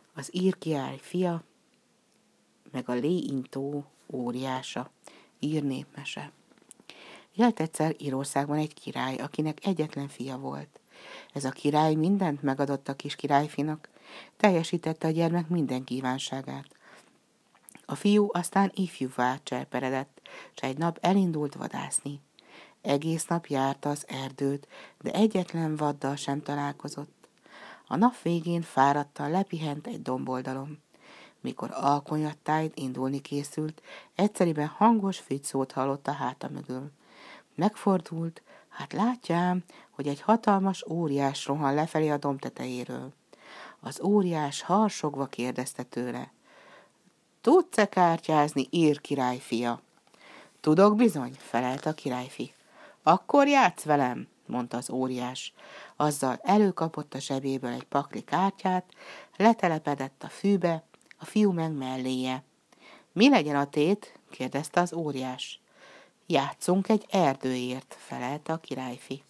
Az ír király fia, meg a léintó óriása. Ír népmese. Élt egyszer Írországban egy király, akinek egyetlen fia volt. Ez a király mindent megadott a kis királyfinak, teljesítette a gyermek minden kívánságát. A fiú aztán ifjúvá cserperedett, s egy nap elindult vadászni. Egész nap járta az erdőt, de egyetlen vaddal sem találkozott. A nap végén fáradtan lepihent egy domboldalon. Mikor alkonyattájt indulni készült, egyszeriben hangos fügyszót hallott a háta mögül. Megfordult, hát látjám, hogy egy hatalmas óriás rohan lefelé a domb tetejéről. Az óriás harsogva kérdezte tőle: Tudsz-e kártyázni, ír királyfia? Tudok bizony, felelte a királyfi. Akkor játsz velem, mondta az óriás. Azzal előkapott a zsebéből egy pakli kártyát, letelepedett a fűbe, a fiú meg melléje. Mi legyen a tét? kérdezte az óriás. Játszunk egy erdőért, felelte a királyfi.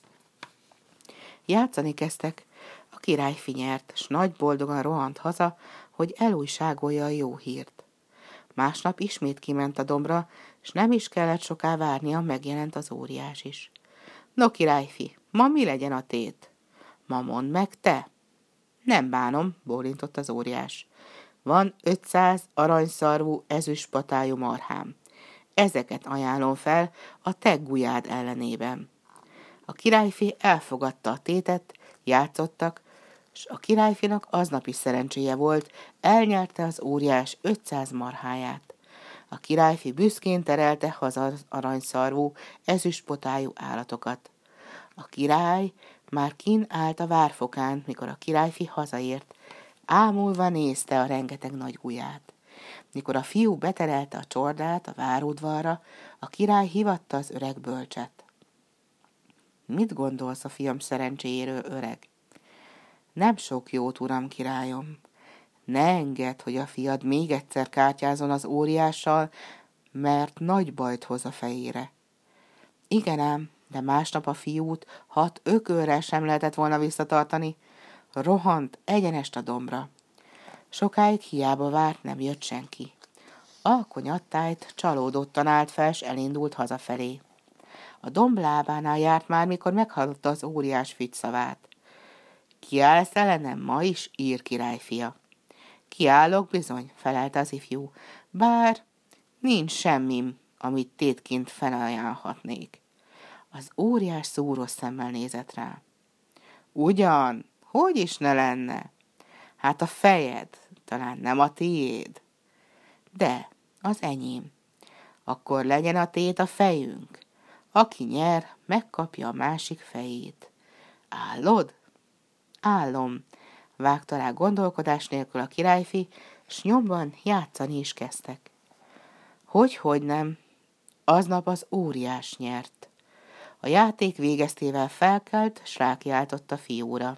Játszani kezdtek. A királyfi nyert, s nagy boldogan rohant haza, hogy elújságolja a jó hírt. Másnap ismét kiment a dombra, s nem is kellett soká várnia, megjelent az óriás is. No, királyfi, ma mi legyen a tét? Ma mondd meg te. Nem bánom, bólintott az óriás. Van 500 aranyszarvú ezüstpatályú marhám. Ezeket ajánlom fel a te gulyád ellenében. A királyfi elfogadta a tétet, játszottak, s a királyfinak aznap is szerencséje volt, elnyerte az óriás 500 marháját. A királyfi büszkén terelte haza az aranyszarvú, ezüstpotályú állatokat. A király már kinn állt a várfokán, mikor a királyfi hazaért. Ámulva nézte a rengeteg nagy gulyát. Mikor a fiú beterelte a csordát a váródvarra, a király hívatta az öreg bölcset. Mit gondolsz a fiam szerencséjéről, öreg? Nem sok jót, uram királyom. Ne engedd, hogy a fiad még egyszer kártyázon az óriással, mert nagy bajt hoz a fejére. Igen ám, de másnap a fiút 6 ökölrel sem lehetett volna visszatartani. Rohant egyenest a dombra. Sokáig hiába várt, nem jött senki. Alkonyattájt csalódottan állt fel, s elindult hazafelé. A domb lábánál járt már, mikor meghallotta az óriás fügyszavát. Kiállsz ellenem ma is, ír királyfia? Kiállok bizony, felelte az ifjú, bár nincs semmim, amit tétként felajánlhatnék. Az óriás szúros szemmel nézett rá. Ugyan, hogy is ne lenne? Hát a fejed, talán nem a tiéd. De, az enyém. Akkor legyen a tét a fejünk. Aki nyer, megkapja a másik fejét. Állod? Állom, vágta rá gondolkodás nélkül a királyfi, s nyomban játszani is kezdtek. Hogy nem, aznap az óriás nyert. A játék végeztével felkelt, s rákiáltott a fiúra.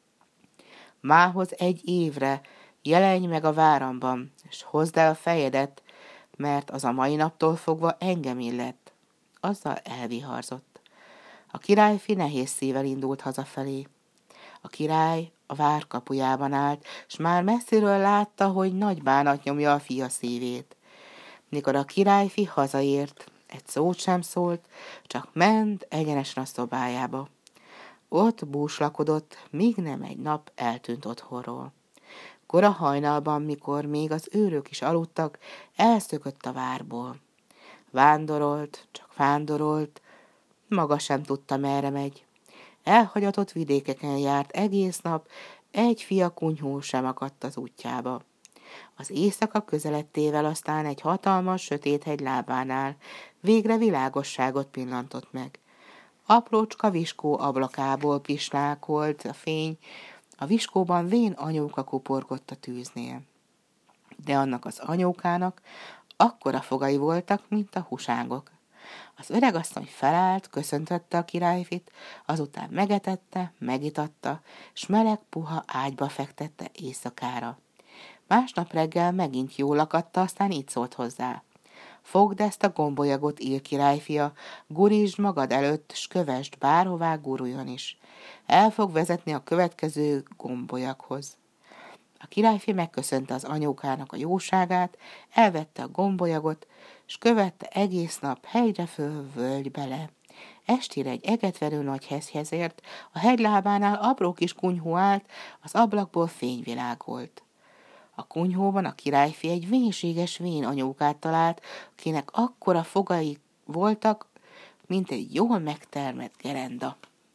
Mához 1 évre jelenj meg a váramban, és hozd el a fejedet, mert az a mai naptól fogva engem illet. Azzal elviharzott. A királyfi nehéz szívvel indult hazafelé. A király a vár kapujában állt, s már messziről látta, hogy nagy bánat nyomja a fia szívét. Mikor a királyfi hazaért, egy szót sem szólt, csak ment egyenesen a szobájába. Ott búslakodott, míg nem egy nap eltűnt otthonról. Kora hajnalban, mikor még az őrök is aludtak, elszökött a várból. Vándorolt, csak vándorolt, maga sem tudta, merre megy. Elhagyatott vidékeken járt egész nap, egy fiakunyhó sem akadt az útjába. Az éjszaka közeledtével aztán egy hatalmas, sötét hegy lábánál végre világosságot pillantott meg. Aprócska viskó ablakából pislákolt a fény, a viskóban vén anyóka kuporgott a tűznél. De annak az anyókának akkora fogai voltak, mint a husángok. Az öregasszony felállt, köszöntötte a királyfit, azután megetette, megitatta, s meleg puha ágyba fektette éjszakára. Másnap reggel megint jól akadta, aztán így szólt hozzá. Fogd ezt a gombolyagot, ír királyfia, gurítsd magad előtt, s kövesd bárhová guruljon is. El fog vezetni a következő gombolyaghoz. A királyfi megköszönte az anyókának a jóságát, elvette a gombolyagot, s követte egész nap hegyre föl, völgybe le. Estére egy egetverő nagy hegyhez ért, a hegylábánál apró kis kunyhó állt, az ablakból fény világolt. A kunyhóban a királyfi egy vénséges vén anyókát talált, akinek akkora fogai voltak, mint egy jól megtermett gerenda.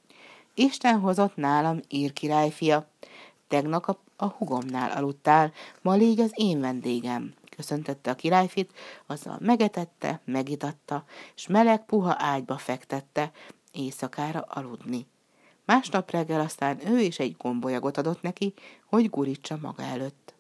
Isten hozott nálam, ír királyfia. Tegnap a hugomnál aludtál, ma légy az én vendégem, köszöntette a királyfit, azzal megetette, megitatta, és meleg puha ágyba fektette, éjszakára aludni. Másnap reggel aztán ő is egy gombolyagot adott neki, hogy gurítsa maga előtt.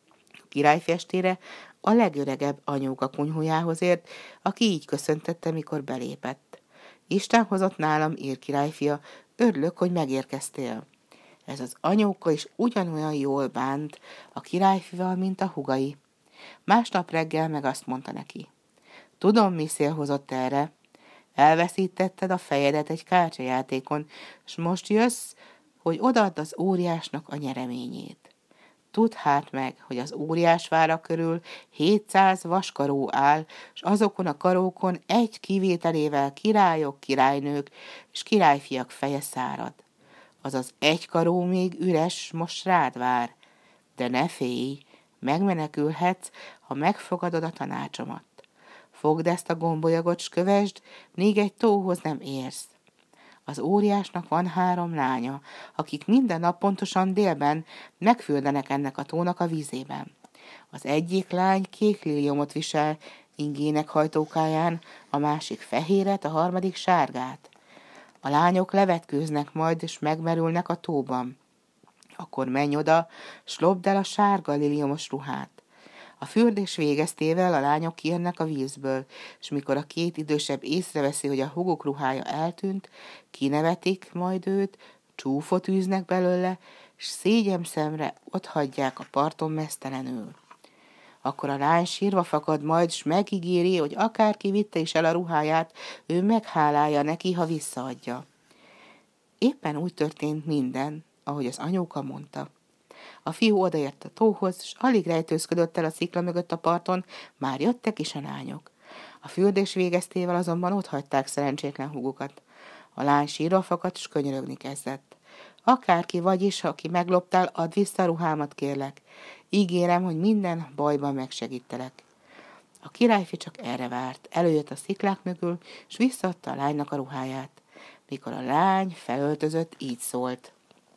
A királyfi estére a legöregebb anyóka kunyhójához ért, aki így köszöntette, mikor belépett. Isten hozott nálam, ír királyfia, örülök, hogy megérkeztél. Ez az anyóka is ugyanolyan jól bánt a királyfival, mint a hugai. Másnap reggel meg azt mondta neki: tudom, mi szél hozott erre. Elveszítetted a fejedet egy kártyajátékon, s most jössz, hogy odaadd az óriásnak a nyereményét. Tudd hát meg, hogy az óriásvára körül 700 vaskaró áll, s azokon a karókon egy kivételével királyok, királynők és királyfiak feje szárad. Azaz egy karó még üres, most rád vár. De ne félj, megmenekülhetsz, ha megfogadod a tanácsomat. Fogd ezt a gombolyagot, s kövesd, míg egy tóhoz nem érsz. Az óriásnak van 3 lánya, akik minden nap pontosan délben megfürdenek ennek a tónak a vízében. Az egyik lány kék liliomot visel ingének hajtókáján, a másik fehéret, a harmadik sárgát. A lányok levetkőznek majd, és megmerülnek a tóban. Akkor menj oda, s lopd el a sárga liliomos ruhát. A fürdés végeztével a lányok kijönnek a vízből, és mikor a 2 idősebb észreveszi, hogy a huguk ruhája eltűnt, kinevetik majd őt, csúfot űznek belőle, és szégyemszemre otthagyják a parton meztelenül. Akkor a lány sírva fakad majd, s megígéri, hogy akárki vitte is el a ruháját, ő meghálálja neki, ha visszaadja. Éppen úgy történt minden, ahogy az anyóka mondta. A fiú odaért a tóhoz, s alig rejtőzködött el a szikla mögött a parton, már jöttek is a lányok. A fürdés végeztével azonban otthagyták szerencsétlen húgukat. A lány sírva fakadt, s könyörögni kezdett. Akárki vagy is, aki megloptál, add vissza a ruhámat, kérlek. Ígérem, hogy minden bajban megsegítelek. A királyfi csak erre várt. Előjött a sziklák mögül, s visszaadta a lánynak a ruháját. Mikor a lány felöltözött, így szólt: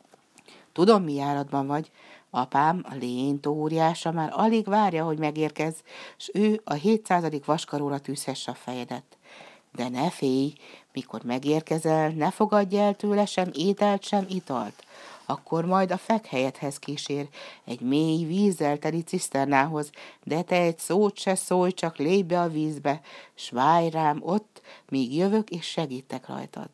tudom, mi járatban vagy. Apám, a léntó óriása már alig várja, hogy megérkezz, s ő a 700. vaskaróra tűzhesse a fejedet. De ne félj, mikor megérkezel, ne fogadj el tőle sem ételt, sem italt. Akkor majd a fekhelyedhez kísér, egy mély vízzel teli ciszternához, de te egy szót se szólj, csak lépj be a vízbe, s várj rám ott, míg jövök és segítek rajtad.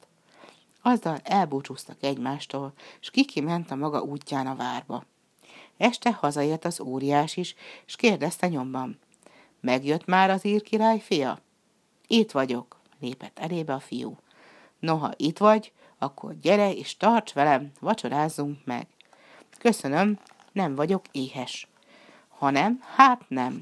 Azzal elbúcsúztak egymástól, s kiki ment a maga útján a várba. Este hazajött az óriás is, s kérdezte nyomban: megjött már az ír király fia? Itt vagyok, lépett elébe a fiú. Noha itt vagy, akkor gyere és tarts velem, vacsorázzunk meg. Köszönöm, nem vagyok éhes. Ha nem, hát nem.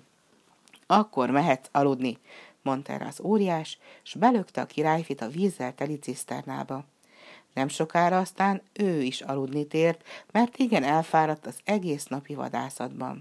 Akkor mehetsz aludni, mondta erre az óriás, s belökte a királyfit a vízzel teli ciszternába. Nem sokára aztán ő is aludni tért, mert igen elfáradt az egész napi vadászatban.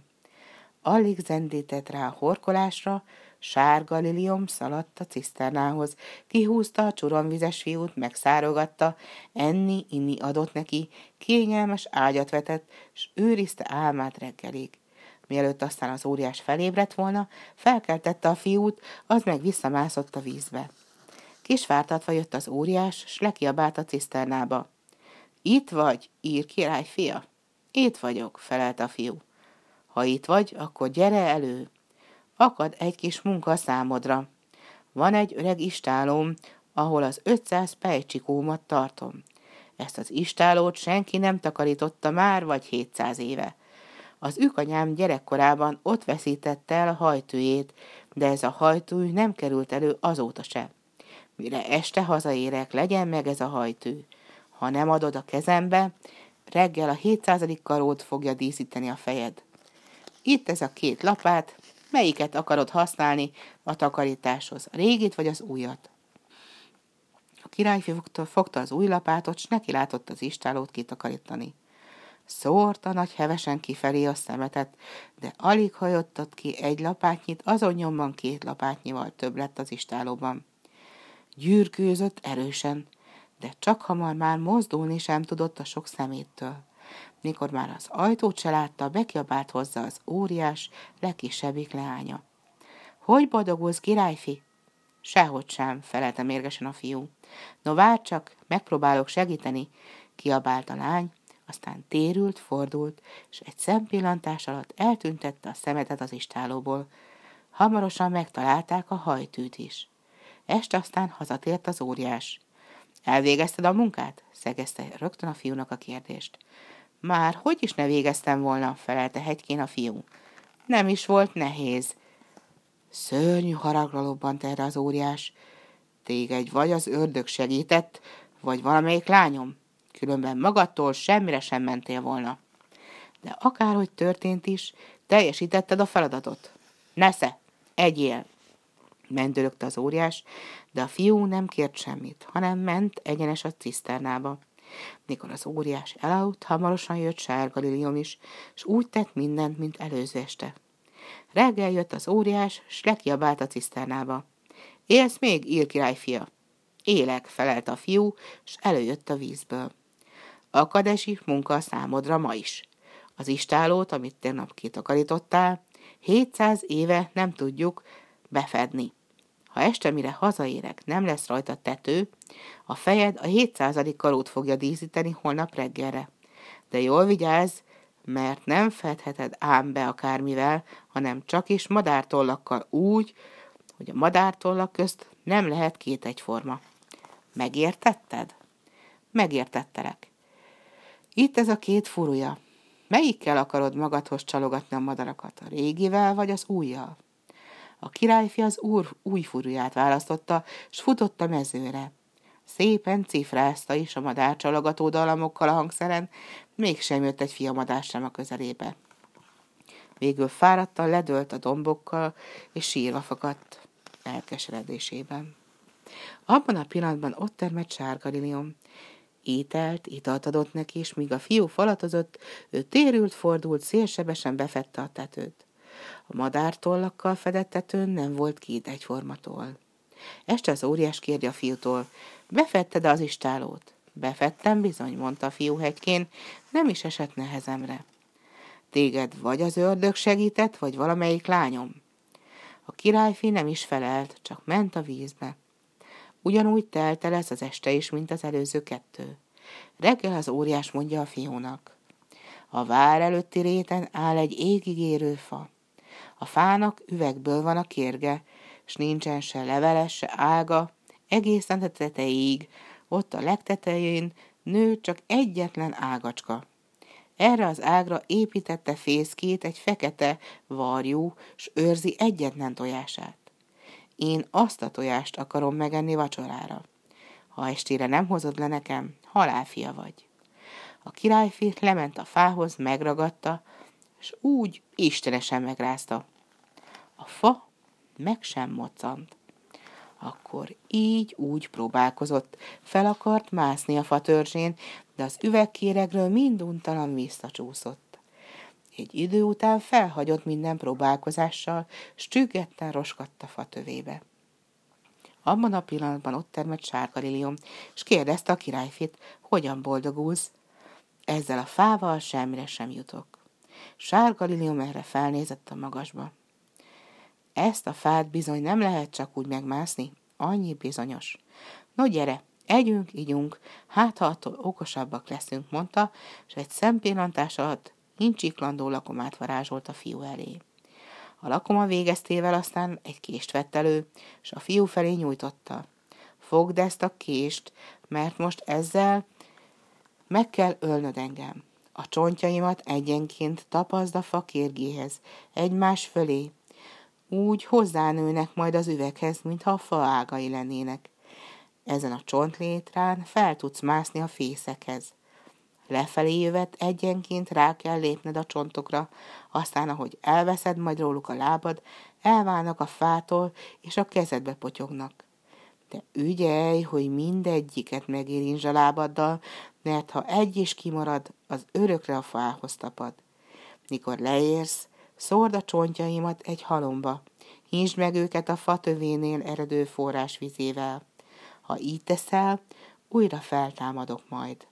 Alig zendített rá a horkolásra, sárga liliom szaladt a ciszternához, kihúzta a csuromvizes fiút, megszárogatta, enni-inni adott neki, kényelmes ágyat vetett, s őrizte álmát reggelig. Mielőtt aztán az óriás felébredt volna, felkeltette a fiút, az meg visszamászott a vízbe. Kisvártatva jött az óriás, s lekiabált a ciszternába. Itt vagy, ír király fia? Itt vagyok, felelte a fiú. Ha itt vagy, akkor gyere elő. Akad egy kis munka számodra. Van egy öreg istálóm, ahol az 500 pejcsikómat tartom. Ezt az istálót senki nem takarította már vagy 700 éve. Az ükanyám gyerekkorában ott veszítette el a hajtűjét, de ez a hajtűj nem került elő azóta se. Mire este hazaérek, legyen meg ez a hajtű. Ha nem adod a kezembe, reggel a 700. karót fogja díszíteni a fejed. Itt ez a 2 lapát, melyiket akarod használni a takarításhoz, a régit vagy az újat? A királyfi fogta az új lapátot, s neki látott az istállót kitakarítani. Szórta nagy hevesen kifelé a szemetet, de alig hajottat ki egy lapátnyit, azon nyomban 2 lapátnyival több lett az istállóban. Gyűrkőzött erősen, de csak hamar már mozdulni sem tudott a sok szeméttől. Mikor már az ajtót se látta, bekiabált hozzá az óriás, legkisebbik leánya. Hogy boldogulsz, királyfi? Sehogy sem, felelte mérgesen a fiú. No várj csak, megpróbálok segíteni, kiabált a lány, aztán térült, fordult, és egy szempillantás alatt eltüntette a szemetet az istállóból. Hamarosan megtalálták a hajtűt is. Este aztán hazatért az óriás. Elvégezted a munkát? Szegezte rögtön a fiúnak a kérdést. Már hogy is ne végeztem volna, felelte hegykén a fiú. Nem is volt nehéz. Szörnyű haragra lobbant erre az óriás. Téged vagy az ördög segített, vagy valamelyik lányom. Különben magadtól semmire sem mentél volna. De akárhogy történt is, teljesítetted a feladatot. Nesze, egyél! Mendölögte az óriás, de a fiú nem kért semmit, hanem ment egyenes a ciszternába. Mikor az óriás elaludt, hamarosan jött Sárga Liliom is, s úgy tett mindent, mint előző este. Reggel jött az óriás, s lekiabált a ciszternába. Élsz még, ír királyfia? Élek, felelte a fiú, s előjött a vízből. Akadesi munka a számodra ma is. Az istállót, amit tegnap kitakarítottál, 700 éve nem tudjuk befedni. Ha este mire hazaérek, nem lesz rajta tető, a fejed a 700. karót fogja díszíteni holnap reggelre. De jól vigyázz, mert nem fedheted ám be akármivel, hanem csak is madártollakkal úgy, hogy a madártollak közt nem lehet 2 egyforma. Megértetted? Megértettelek. Itt ez a 2 furúja. Melyikkel akarod magadhoz csalogatni a madarakat, a régivel vagy az újjal? A királyfi az új furuját választotta, s futott a mezőre. Szépen cifrázta is a madárcsalogató dalamokkal a hangszeren, mégsem jött egy fiamadár sem a közelébe. Végül fáradtan ledőlt a dombokkal, és sírva fakadt elkeseredésében. Abban a pillanatban ott termett Sárga Liliom. Italt adott neki, és míg a fiú falatozott, ő térült, fordult, szélsebesen befedte a tetőt. A madártollakkal fedett tetőn nem volt 2 egyforma toll. Este az óriás kérdi a fiútól, befedted az istállót? Befedtem bizony, mondta a fiú hegykén, nem is esett nehezemre. Téged vagy az ördög segített, vagy valamelyik lányom? A királyfi nem is felelt, csak ment a vízbe. Ugyanúgy telte lesz az este is, mint az előző 2. Reggel az óriás mondja a fiúnak. A vár előtti réten áll egy égig érő fa. A fának üvegből van a kérge, s nincsen se levele, se ága, egészen a tetejéig, ott a legtetején nő csak egyetlen ágacska. Erre az ágra építette fészkét egy fekete varjú, s őrzi egyetlen tojását. Én azt a tojást akarom megenni vacsorára. Ha estére nem hozod le nekem, halálfia vagy. A királyfi lement a fához, megragadta, és úgy istenesen megrázta. A fa meg sem moccant. Akkor így-úgy próbálkozott, fel akart mászni a fa törzsén, de az üvegkéregről minduntalan visszacsúszott. Egy idő után felhagyott minden próbálkozással, s csüggetten roskadt a fa tövébe. Abban a pillanatban ott termett Sárga Liliom, és kérdezte a királyfit, hogyan boldogulsz. Ezzel a fával semmire sem jutok. Sárga Liliom erre felnézett a magasba. Ezt a fát bizony nem lehet csak úgy megmászni, annyi bizonyos. No gyere, együnk, igyunk, hát ha attól okosabbak leszünk, mondta, és egy szempillantás alatt incsiklandó lakomát varázsolt a fiú elé. A lakoma végeztével aztán egy kést vett elő, és a fiú felé nyújtotta. Fogd ezt a kést, mert most ezzel meg kell ölnöd engem. A csontjaimat egyenként tapaszd a fa kérgéhez, egymás fölé. Úgy hozzánőnek majd az üveghez, mintha a fa ágai lennének. Ezen a csontlétrán fel tudsz mászni a fészekhez. Lefelé jövet egyenként rá kell lépned a csontokra, aztán, ahogy elveszed majd róluk a lábad, elválnak a fától, és a kezedbe potyognak. De ügyelj, hogy mindegyiket megérintsd a lábaddal, mert ha egy is kimarad, az örökre a fához tapad. Mikor leérsz, szórd a csontjaimat egy halomba, hínsd meg őket a fa tövénél eredő forrás vizével. Ha így teszel, újra feltámadok majd.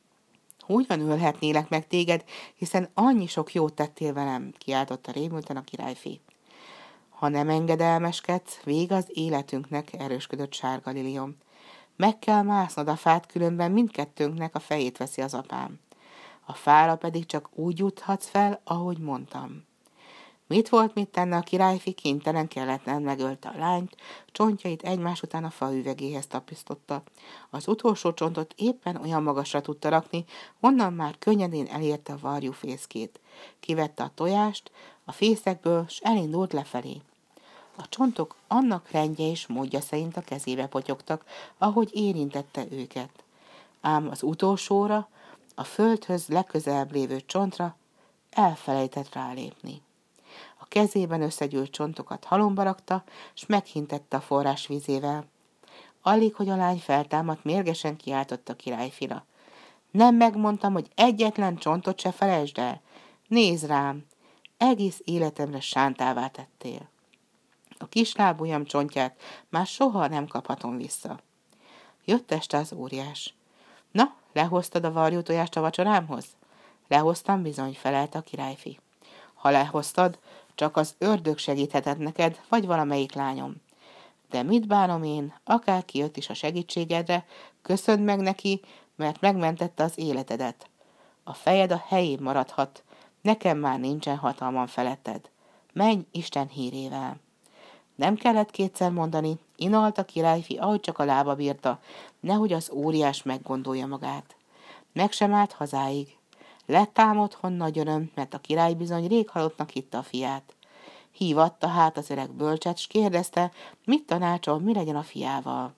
Hogyan ölhetnélek meg téged, hiszen annyi sok jót tettél velem, kiáltotta rémülten a királyfi. Ha nem engedelmeskedsz, vég az életünknek, erősködött Sárga Liliom. Meg kell másznod a fát, különben mindkettőnknek a fejét veszi az apám. A fára pedig csak úgy juthatsz fel, ahogy mondtam. Mit volt mit tenne a királyfi, kénytelen kelletlen megölte a lányt, csontjait egymás után a fa üvegéhez tapisztotta. Az utolsó csontot éppen olyan magasra tudta rakni, onnan már könnyedén elérte a varjú fészkét. Kivette a tojást a fészekből, s elindult lefelé. A csontok annak rendje és módja szerint a kezébe potyogtak, ahogy érintette őket. Ám az utolsóra, a földhöz legközelebb lévő csontra elfelejtett rálépni. A kezében összegyűlt csontokat halomba rakta, s meghintette a forrás vízével. Alig, hogy a lány feltámadt, mérgesen kiáltott a királyfira. Nem megmondtam, hogy egyetlen csontot se felejtsd el? Nézd rám! Egész életemre sántává tettél. A kislábujjam csontját már soha nem kaphatom vissza. Jött este az óriás. Na, lehoztad a varjútojást a vacsorámhoz? Lehoztam bizony, felelte a királyfi. Ha lehoztad, csak az ördög segíthetett neked, vagy valamelyik lányom. De mit bánom én, akár kijött is a segítségedre, köszönd meg neki, mert megmentette az életedet. A fejed a helyén maradhat, nekem már nincsen hatalmam feletted. Menj Isten hírével. Nem kellett kétszer mondani, inalt a királyfi, ahogy csak a lába bírta, nehogy az óriás meggondolja magát. Meg sem állt hazáig. Lett ám otthon nagy öröm, mert a király bizony rég halottnak hitte a fiát. Hívatta hát az öreg bölcset, s kérdezte, mit tanácsol, mi legyen a fiával.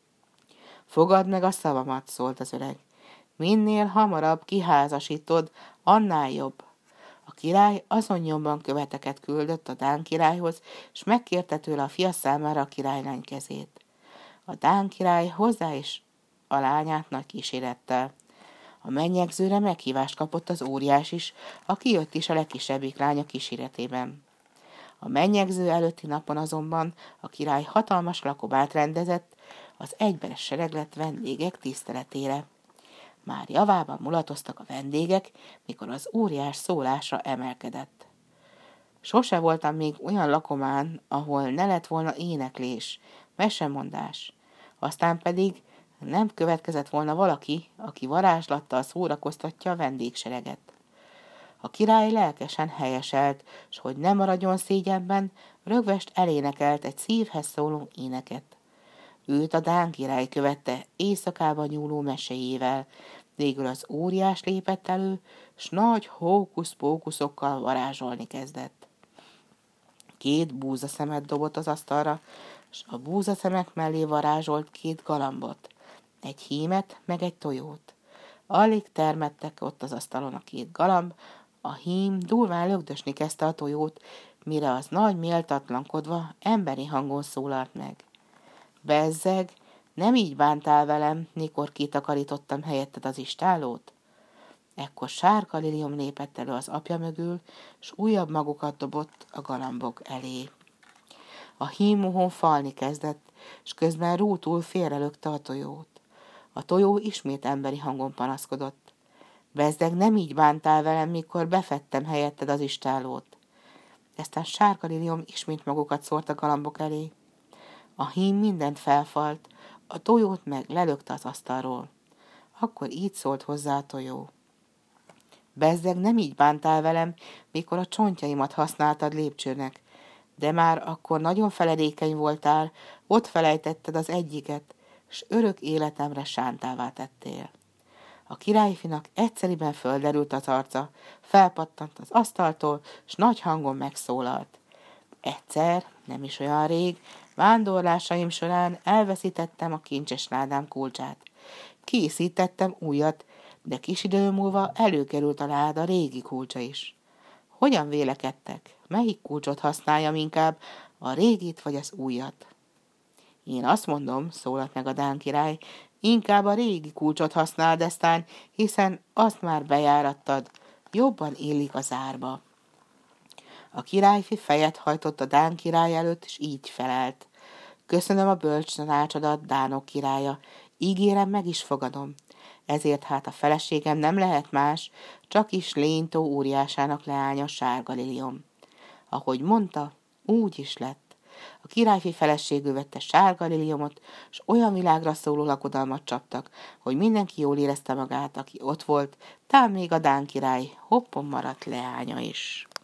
Fogadd meg a szavamat, szólt az öreg. Minél hamarabb kiházasítod, annál jobb. A király azon nyomban követeket küldött a dán királyhoz, s megkérte tőle a fia számára a királylány kezét. A dán király hozzá is a lányát nagy kísérettel. A mennyegzőre meghívást kapott az óriás is, aki jött is a legkisebbik lánya kíséretében. A mennyegző előtti napon azonban a király hatalmas lakobát rendezett az egybenes sereglet vendégek tiszteletére. Már javában mulatoztak a vendégek, mikor az óriás szólásra emelkedett. Sose voltam még olyan lakomán, ahol ne lett volna éneklés, mesemondás. Aztán pedig nem következett volna valaki, aki varázslattal szórakoztatja a vendégsereget. A király lelkesen helyeselt, s hogy ne maradjon szégyenben, rögvest elénekelt egy szívhez szóló éneket. Őt a dán király követte éjszakában nyúló meséjével, végül az óriás lépett elő, s nagy hókusz-pókuszokkal varázsolni kezdett. 2 búzaszemet dobott az asztalra, s a búzaszemek mellé varázsolt 2 galambot, egy hímet meg egy tojót. Alig termettek ott az asztalon a 2 galamb, a hím durván lögdösni kezdte a tojót, mire az nagy méltatlankodva emberi hangon szólalt meg. Bezzeg, nem így bántál velem, mikor kitakarítottam helyetted az istállót? Ekkor Sárga Liliom lépett elő az apja mögül, s újabb magokat dobott a galambok elé. A hímmohon falni kezdett, s közben rútul félrelökte a tojót. A tojó ismét emberi hangon panaszkodott. Bezzeg, nem így bántál velem, mikor befettem helyetted az istállót. Eztán Sárga Liliom ismét magukat szórt a galambok elé. A hím mindent felfalt, a tojót meg lelökte az asztalról. Akkor így szólt hozzá a tojó. Bezzeg, nem így bántál velem, mikor a csontjaimat használtad lépcsőnek, de már akkor nagyon feledékeny voltál, ott felejtetted az egyiket, s örök életemre sántává tettél. A királyfinak egyszeriben földerült az arca, felpattant az asztaltól, s nagy hangon megszólalt. Egyszer, nem is olyan rég, vándorlásaim során elveszítettem a kincses ládám kulcsát. Készítettem újat, de kis idő múlva előkerült a láda régi kulcsa is. Hogyan vélekedtek? Melyik kulcsot használjam inkább, a régit vagy az újat? Én azt mondom, szólalt meg a dán király, inkább a régi kulcsot használd eztán, hiszen azt már bejárattad, jobban illik az árba. A királyfi fejet hajtott a dán király előtt, és így felelt. Köszönöm a bölcs tanácsodat, dánok királya, ígérem, meg is fogadom. Ezért hát a feleségem nem lehet más, csak is Léntó óriásának leánya Sárga Liliom. Ahogy mondta, úgy is lett. A királyfi feleségül vette Sárga Liliomot, s olyan világra szóló lakodalmat csaptak, hogy mindenki jól érezte magát, aki ott volt, tám még a dán király hoppon maradt leánya is.